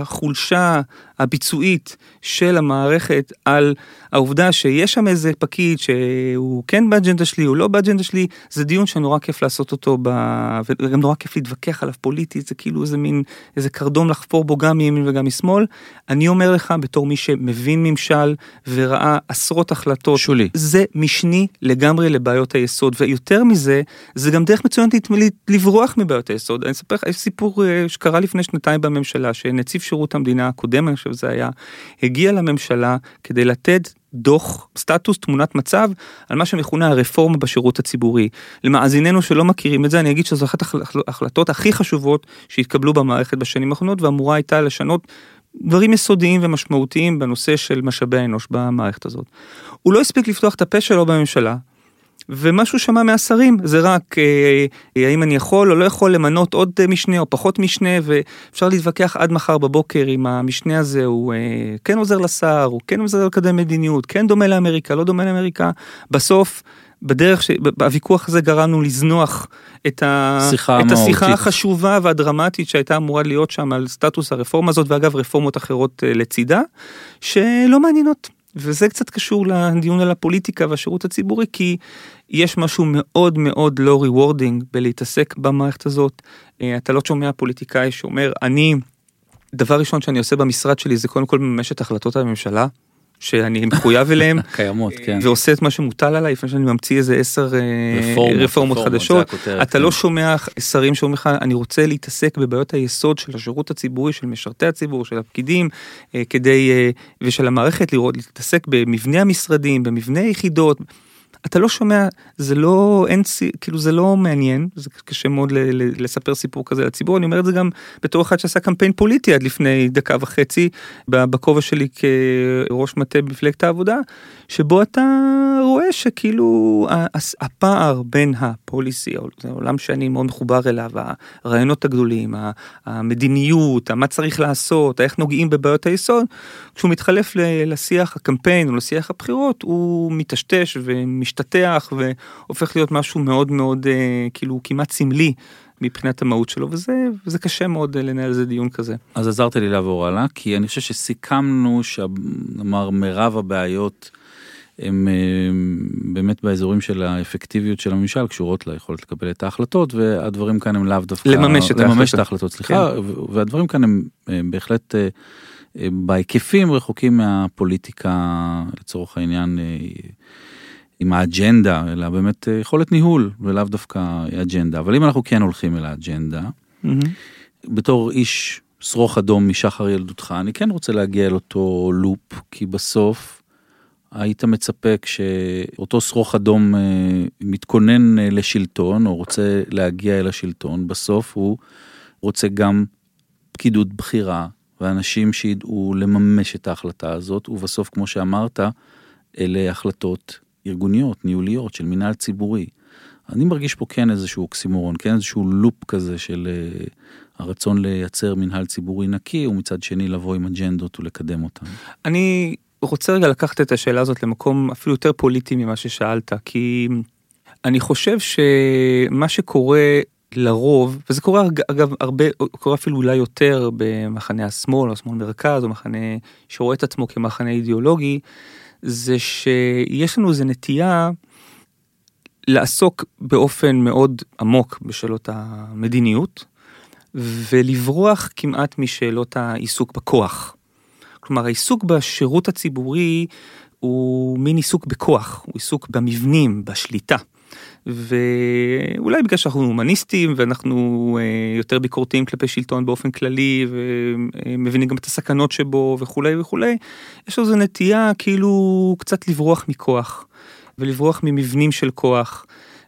החולשה הביצועית של המערכת על העובדה שיש שם איזה פקיד שהוא כן באג'נדה שלי, הוא לא באג'נדה שלי, זה דיון שנורא כיף לעשות אותו, ב... וגם נורא כיף להתווכח עליו פוליטית, זה כאילו איזה מין, איזה קרדום לחפור בו גם מימין וגם משמאל. אני אומר לך, בתור מי שמבין ממשל וראה עשרות החלטות, שולי. זה משני לגמרי לבעיות היסוד, ויותר מזה, זה גם דרך מצוינת לברוח מבעיות היסוד. אני אספר לך, יש סיפור שקרה לפני שנתיים בממשלה, שנציב שירות המדינה הקודם, אני חושב שזה היה, הגיע לממשלה כדי לתת דוח, סטטוס, תמונת מצב, על מה שמכונה הרפורמה בשירות הציבורי. למאזיננו שלא מכירים את זה, אני אגיד שזו אחת ההחלטות הכי חשובות שהתקבלו במערכת בשנים האחרונות, ואמורה הייתה לשנות דברים יסודיים ומשמעותיים בנושא של משאבי האנוש במערכת הזאת. הוא לא הספיק לפתוח את הפה שלו בממשלה, ומשהו שמע מהשרים, זה רק אה, האם אני יכול או לא יכול למנות עוד משנה או פחות משנה, ואפשר להתווכח עד מחר בבוקר אם המשנה הזה הוא אה, כן עוזר לשר, הוא כן עוזר לקדם מדיניות, כן דומה לאמריקה, לא דומה לאמריקה. בסוף בדרך שבוויכוח הזה גרמנו לזנוח את, ה... את השיחה החשובה והדרמטית שהייתה אמורה להיות שם על סטטוס הרפורמה הזאת, ואגב רפורמות אחרות לצידה, שלא מעניינות. וזה קצת קשור לדיון על הפוליטיקה והשירות הציבורי, כי יש משהו מאוד מאוד לא ריוורדינג בלהתעסק במערכת הזאת. אתה לא שומע פוליטיקאי שאומר, אני, דבר ראשון שאני עושה במשרד שלי, זה קודם כל ממש את החלטות הממשלה, שאני מחויב אליהם, קיימות, כן. ועושה את מה שמוטל עליי, לפני שאני ממציא איזה עשר רפורמות חדשות. אתה לא שומע שרים שאומרים לך, אני רוצה להתעסק בבעיות היסוד של השירות הציבורי, של משרתי הציבור, של הפקידים, כדי, ושל המערכת לראות, להתעסק במבנה המשרדים, במבנה היחידות. אתה לא שומע, זה לא, אין, כאילו זה לא מעניין, זה קשה מאוד ל, ל, לספר סיפור כזה לציבור, אני אומר את זה גם בתור אחד שעשה קמפיין פוליטי עד לפני דקה וחצי, בכובע שלי כראש מטה במפלגת העבודה, שבו אתה רואה שכאילו הפער בין הפוליסי, זה עולם שאני מאוד מחובר אליו, הרעיונות הגדולים, המדיניות, מה צריך לעשות, איך נוגעים בבעיות היסוד, כשהוא מתחלף לשיח הקמפיין או לשיח הבחירות, הוא מתשתש ומשתתח והופך להיות משהו מאוד מאוד כאילו כמעט סמלי מבחינת המהות שלו, וזה, וזה קשה מאוד לנהל איזה דיון כזה. אז עזרת לי לעבור הלאה, כי אני חושב שסיכמנו שאמר מרב הבעיות הם באמת באזורים של האפקטיביות של הממשל, קשורות ליכולת לקבל את ההחלטות, והדברים כאן הם לאו דווקא... לממש את לממש ההחלטות. את ההחלטות, סליחה, כן. והדברים כאן הם בהחלט בהיקפים רחוקים מהפוליטיקה, לצורך העניין, עם האג'נדה, אלא באמת יכולת ניהול, ולאו דווקא אג'נדה. אבל אם אנחנו כן הולכים אל האג'נדה, mm-hmm. בתור איש שרוך אדום משחר ילדותך, אני כן רוצה להגיע אל אותו לופ, כי בסוף היית מצפה כשאותו שרוך אדום מתכונן לשלטון, או רוצה להגיע אל השלטון, בסוף הוא רוצה גם פקידות בחירה, ואנשים שידעו לממש את ההחלטה הזאת, ובסוף, כמו שאמרת, אלה החלטות ארגוניות, ניהוליות, של מנהל ציבורי. אני מרגיש פה כן איזשהו אוקסימורון, כן איזשהו לופ כזה של uh, הרצון לייצר מנהל ציבורי נקי, ומצד שני לבוא עם אג'נדות ולקדם אותן. אני רוצה רגע לקחת את השאלה הזאת למקום אפילו יותר פוליטי ממה ששאלת, כי אני חושב שמה שקורה לרוב, וזה קורה אגב הרבה, קורה אפילו אולי יותר במחנה השמאל, או שמאל מרכז, או מחנה שרואה את עצמו כמחנה אידיאולוגי, זה שיש לנו איזו נטייה לעסוק באופן מאוד עמוק בשאלות המדיניות, ולברוח כמעט משאלות העיסוק בכוח. כלומר, העיסוק בשירות הציבורי הוא מין עיסוק בכוח, הוא עיסוק במבנים, בשליטה. ואולי בגלל שאנחנו הומניסטים, ואנחנו יותר ביקורתיים כלפי שלטון באופן כללי, ומבינים גם את הסכנות שבו וכו' וכו', יש איזו נטייה כאילו קצת לברוח מכוח, ולברוח ממבנים של כוח,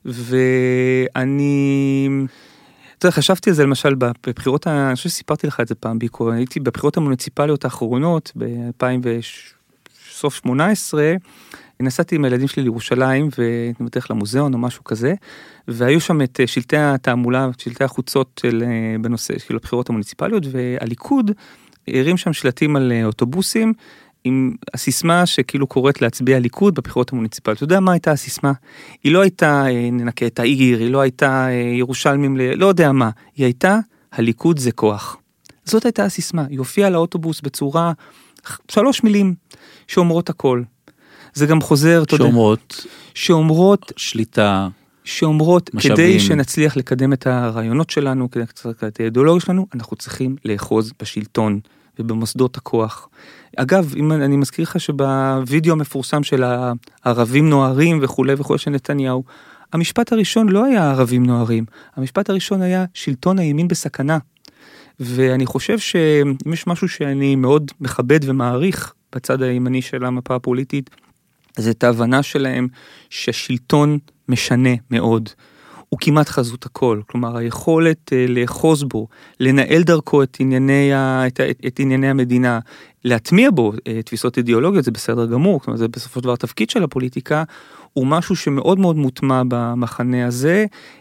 ואני... אתה יודע, חשבתי על זה למשל בבחירות, אני חושב שסיפרתי לך את זה פעם ביקור, הייתי בבחירות המוניציפליות האחרונות, ב-אלפיים ושמונה עשרה, נסעתי עם הילדים שלי לירושלים, ונתמתח למוזיאון או משהו כזה, והיו שם את שלטי התעמולה, שלטי החוצות של, בנושא של הבחירות המוניציפליות, והליכוד הרים שם שלטים על אוטובוסים, עם הסיסמה שכאילו קוראת להצביע ליכוד בבחירות המוניציפליות. אתה יודע מה הייתה הסיסמה? היא לא הייתה ננקה את העיר, היא לא הייתה ירושלמים, לא יודע מה, היא הייתה הליכוד זה כוח. זאת הייתה הסיסמה, היא הופיעה לאוטובוס בצורה, שלוש מילים שאומרות הכל. זה גם חוזר, שאומרות, שאומרות, שליטה, שאומרות, משאבים. כדי שנצליח לקדם את הרעיונות שלנו, כדי לקדם את האידיאולוגיה שלנו, אנחנו צריכים לאחוז בשלטון ובמוסדות הכוח. אגב, אם אני מזכיר לך שבווידאו המפורסם של הערבים נוערים וכו' וכו' של נתניהו, המשפט הראשון לא היה ערבים נוערים, המשפט הראשון היה שלטון הימין בסכנה. ואני חושב שאם יש משהו שאני מאוד מכבד ומעריך בצד הימני של המפה הפוליטית, זה את ההבנה שלהם שהשלטון משנה מאוד. הוא כמעט חזות הכל, כלומר היכולת לאחוז בו, לנהל דרכו את ענייני, את, את ענייני המדינה, להטמיע בו תפיסות אידיאולוגיות, זה בסדר גמור, כלומר זה בסופו של דבר התפקיד של הפוליטיקה, הוא משהו שמאוד מאוד מוטמע במחנה הזה,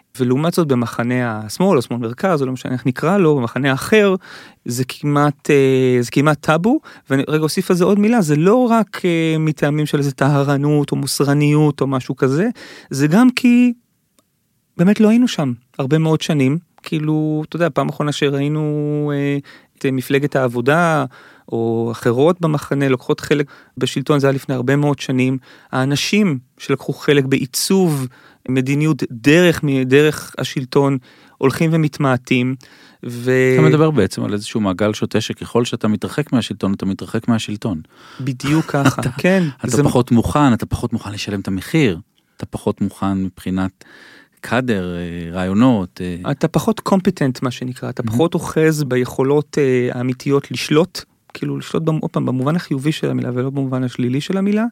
ולעומת זאת במחנה השמאל, או שמאל מרכז, או לא משנה איך נקרא לו, במחנה האחר, זה כמעט, זה כמעט טאבו, ואני רגע אוסיף על זה עוד מילה, זה לא רק מטעמים של איזה טהרנות, או מוסרניות, או משהו כזה, זה גם כי באמת לא היינו שם הרבה מאוד שנים, כאילו, אתה יודע, פעם אחרונה שראינו את מפלגת העבודה, או אחרות במחנה, לוקחות חלק בשלטון, זה היה לפני הרבה מאוד שנים, האנשים שלקחו חלק בעיצוב מדיניות דרך, דרך השלטון, הולכים ומתמעטים, ו... אתה מדבר בעצם על איזשהו מעגל שוטה, שככל שאתה מתרחק מהשלטון, אתה מתרחק מהשלטון. בדיוק ככה, אתה, כן. אתה זה... פחות מוכן, אתה פחות מוכן לשלם את המחיר, אתה פחות מוכן מבחינת קאדר, רעיונות. אתה פחות קומפטנט, מה שנקרא, אתה פחות אוחז ביכולות האמיתיות לשלוט, כאילו לשלוט במובן החיובי של המילה, ולא במובן השלילי של המילה.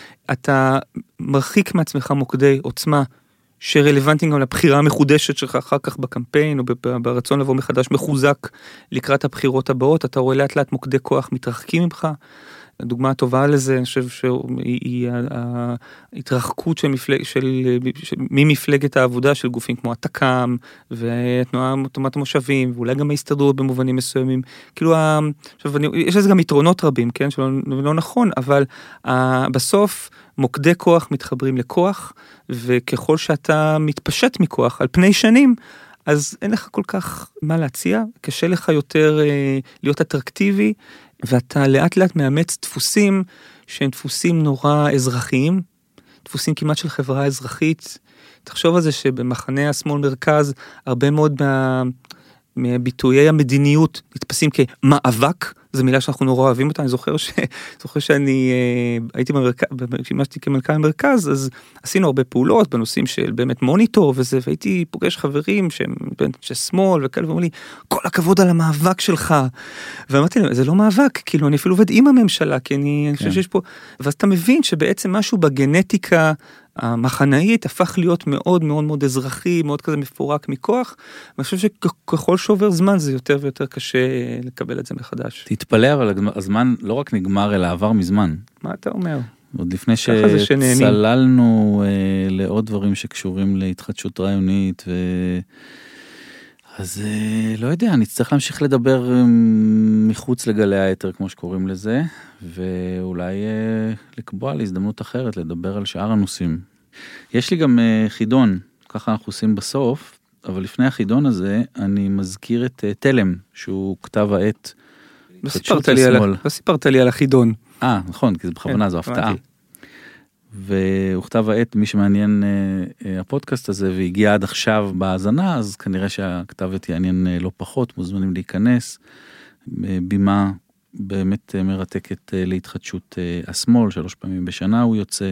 אתה מרחיק מעצמך מוקדי עוצמה, שרלוונטיים גם לבחירה המחודשת שלך אחר כך בקמפיין, או ברצון לבוא מחדש מחוזק לקראת הבחירות הבאות, אתה רואה לאט לאט מוקדי כוח מתרחקים ממך. הדוגמה הטובה לזה, אני חושב שהיא ההתרחקות של מפלג, של, של, ממפלגת העבודה של גופים כמו התק"ם, ותנועה תנועת המושבים, ואולי גם ההסתדרות במובנים מסוימים. כאילו, עכשיו, אני, יש לזה גם יתרונות רבים, כן? שלא לא נכון, אבל בסוף מוקדי כוח מתחברים לכוח, וככל שאתה מתפשט מכוח על פני שנים, אז אין לך כל כך מה להציע, קשה לך יותר אה, להיות אטרקטיבי, ואתה לאט לאט מאמץ דפוסים, שהם דפוסים נורא אזרחיים, דפוסים כמעט של חברה אזרחית. תחשוב על זה שבמחנה השמאל מרכז, הרבה מאוד מה, מביטויי המדיניות נתפסים כמאבק, זו מילה שאנחנו נורא אוהבים אותה, אני זוכר, ש... זוכר שאני אה, הייתי במרכז, כשמשתי כמנכ"ל המרכז, אז עשינו הרבה פעולות בנושאים של באמת מוניטור וזה, והייתי פוגש חברים שהם שמאל וכאלה, ואומרים לי, כל הכבוד על המאבק שלך, ואמרתי להם, זה לא מאבק, כאילו אני אפילו עובד עם הממשלה, כי אני, כן. אני חושב שיש פה, ואז אתה מבין שבעצם משהו בגנטיקה, המחנאית הפך להיות מאוד מאוד מאוד אזרחי, מאוד כזה מפורק מכוח, ואני חושב שככל שעובר זמן זה יותר ויותר קשה לקבל את זה מחדש. תתפלא, אבל הזמן לא רק נגמר, אלא עבר מזמן. מה אתה אומר? עוד לפני שצללנו אה, לעוד דברים שקשורים להתחדשות רעיונית, ו... אז אה, לא יודע, נצטרך להמשיך לדבר אה, מחוץ לגלי היתר, כמו שקוראים לזה, ואולי אה, לקבוע להזדמנות אחרת, לדבר על שאר הנושאים. יש לי גם אה, חידון, ככה אנחנו עושים בסוף, אבל לפני החידון הזה, אני מזכיר את אה, תלם, שהוא כתב העת, לא סיפרת לי, על, לא סיפרת לי על החידון. אה, נכון, כי זה בכוונה, כן, זו הפתעה. והוא כתב העת, מי שמעניין אה, אה, הפודקאסט הזה, והגיע עד עכשיו בהאזנה, אז כנראה שהכתב העת יעניין אה, לא פחות, מוזמנים להיכנס, אה, בימה באמת אה, מרתקת אה, להתחדשות אה, השמאל, שלוש פעמים בשנה הוא יוצא,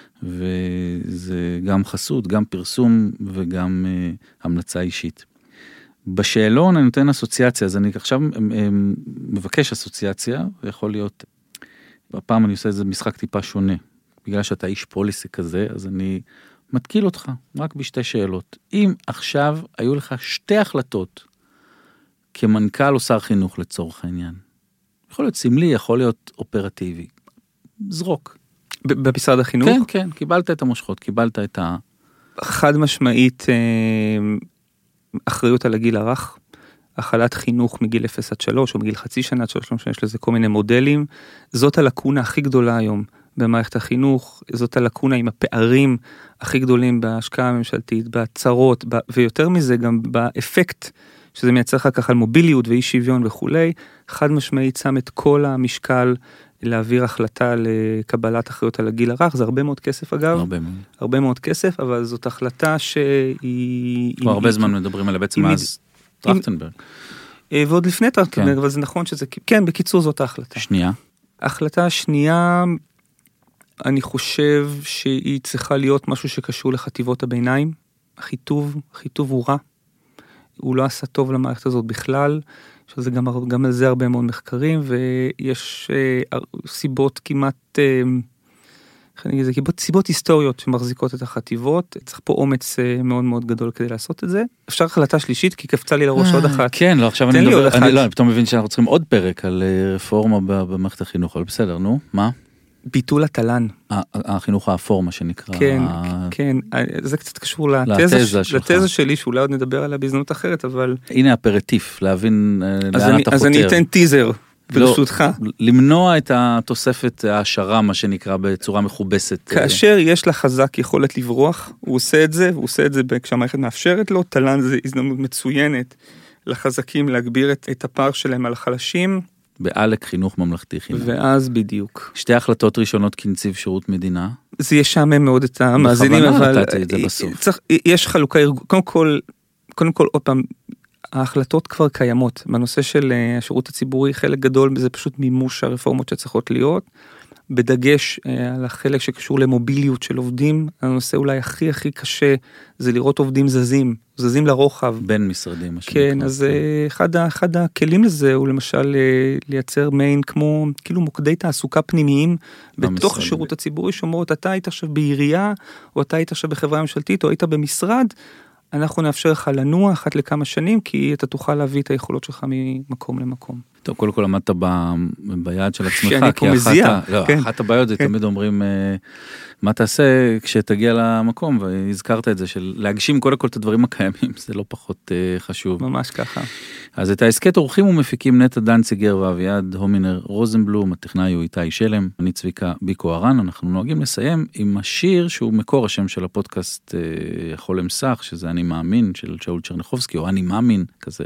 וזה גם חסות, גם פרסום, וגם אה, המלצה אישית. בשאלון אני נותן אסוציאציה, אז אני עכשיו מבקש אסוציאציה, ויכול להיות, בפעם אני עושה איזה משחק טיפה שונה, בגלל שאתה איש פוליסי כזה, אז אני מתקיל אותך, רק בשתי שאלות. אם עכשיו היו לך שתי החלטות, כמנכ"ל או שר חינוך לצורך העניין, יכול להיות סמלי, יכול להיות אופרטיבי, זרוק. במשרד החינוך? כן, כן, קיבלת את המושכות, קיבלת את ה... חד משמעית... אחריות על הגיל הרך, החלת חינוך מגיל אפס עד שלוש, או מגיל חצי שנה עד שלוש, לא משנה, יש לזה כל מיני מודלים, זאת הלקונה הכי גדולה היום במערכת החינוך, זאת הלקונה עם הפערים הכי גדולים בהשקעה הממשלתית, בהצהרות, ויותר מזה גם באפקט, שזה מייצר לך ככה על מוביליות ואי שוויון וכולי, חד משמעית שם את כל המשקל להעביר החלטה לקבלת אחריות על הגיל הרך, זה הרבה מאוד כסף אגב, הרבה מאוד, הרבה מאוד כסף, אבל זאת החלטה שהיא... כבר הרבה זמן מדברים עליה בעצם אז טרכטנברג. ועוד לפני טרכטנברג, אבל זה נכון שזה, כן, בקיצור זאת ההחלטה. שנייה. ההחלטה השנייה, אני חושב שהיא צריכה להיות משהו שקשור לחטיבות הביניים, החיטוב, החיטוב הוא רע, הוא לא עשה טוב למערכת הזאת בכלל, שזה גם, גם על זה הרבה מאוד מחקרים, ויש אה, סיבות כמעט, אה, איך אני אגיד זה, סיבות היסטוריות שמחזיקות את החטיבות, צריך פה אומץ אה, מאוד מאוד גדול כדי לעשות את זה. אפשר החלטה שלישית, כי קפצה לי לראש עוד אחת. כן, לא, עכשיו אני מדבר, אני לא, אני פתאום מבין שאנחנו צריכים עוד פרק על רפורמה במערכת החינוך, אבל בסדר, נו, מה? ביטול התל"ן. החינוך האפור, מה שנקרא. כן, כן, זה קצת קשור לתזה שלי, שאולי עוד נדבר עליה בהזדמנות אחרת, אבל... הנה אפרטיף, להבין לאן אתה חותר. אז אני אתן טיזר, ברשותך. למנוע את התוספת ההשערה, מה שנקרא, בצורה מכובסת. כאשר יש לחזק יכולת לברוח, הוא עושה את זה, והוא עושה את זה כשהמערכת מאפשרת לו, תל"ן זה הזדמנות מצוינת לחזקים להגביר את הפער שלהם על החלשים, בעלק חינוך ממלכתי חינם. ואז בדיוק. שתי החלטות ראשונות כנציב שירות מדינה. זה ישעמם מאוד את המאזינים, אבל צריך, יש חלוקה, קודם כל, קודם כל, עוד פעם, ההחלטות כבר קיימות. בנושא של השירות הציבורי, חלק גדול זה פשוט מימוש הרפורמות שצריכות להיות, בדגש על החלק שקשור למוביליות של עובדים. הנושא אולי הכי הכי קשה זה לראות עובדים זזים, זזים לרוחב. בין משרדים. כן, אז אחד, אחד הכלים לזה הוא למשל לייצר מיין כמו כאילו מוקדי תעסוקה פנימיים בתוך השירות הציבורי, שאומרות אתה היית עכשיו בעירייה, או אתה היית עכשיו בחברה ממשלתית, או היית במשרד, אנחנו נאפשר לך לנוע אחת לכמה שנים, כי אתה תוכל להביא את היכולות שלך ממקום למקום. טוב, קודם כל עמדת ב... ביד של עצמך, שאני פה מזיע. לא, כן. אחת הבעיות זה כן. תמיד אומרים, מה תעשה כשתגיע למקום, והזכרת את זה, של להגשים קודם כל את הדברים הקיימים, זה לא פחות חשוב. ממש ככה. אז את העסקת אורחים ומפיקים נטע דנציגר ואביעד הומינר רוזנבלום, הטכנאי הוא איתי שלם, אני צביקה ביקו הרן, אנחנו נוהגים לסיים עם השיר שהוא מקור השם של הפודקאסט החולם סך, שזה אני מאמין של שאול צ'רניחובסקי, או אני מאמין כזה.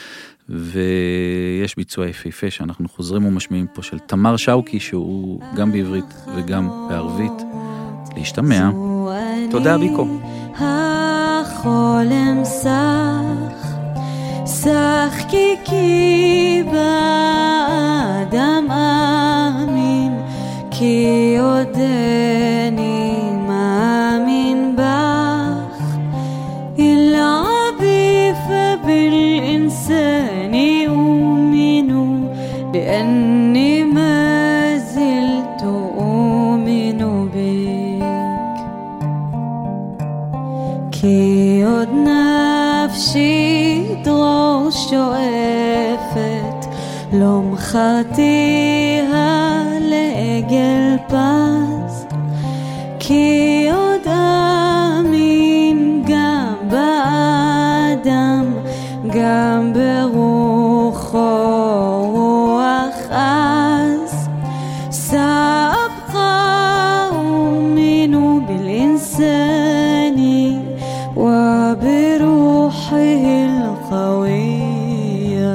ויש ביצוע יפהפה שאנחנו חוזרים ומשמיעים פה של תמר שאוקי, שהוא גם בעברית וגם בערבית. להשתמע. תודה ביקו. החולם סך, שחקיקי באדם אמין, כי עודני מאמין בך, אלעבי פבאלאנסאני אומינו, لأني ما زلت أؤمن بك כי עוד נפשי דרור שואפת לא מכרתיה לעגל פז כי עוד אמין גם באדם גם ברוחו רוח אז סבחה ומינו בלינסני وبروحه القوية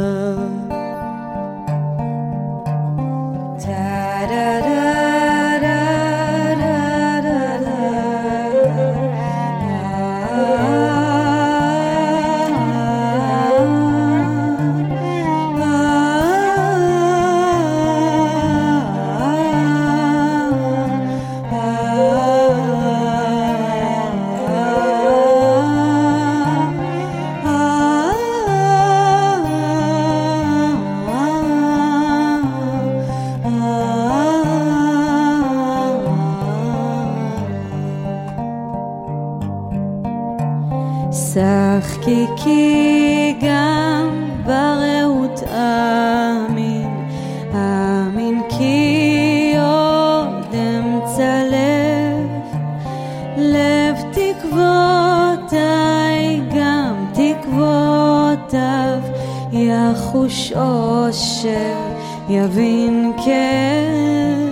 שחקיקי גם ברעות אמין אמין כי עוד אמצע לב לב תקוותיי גם תקוותיו יחוש אושר יבין כן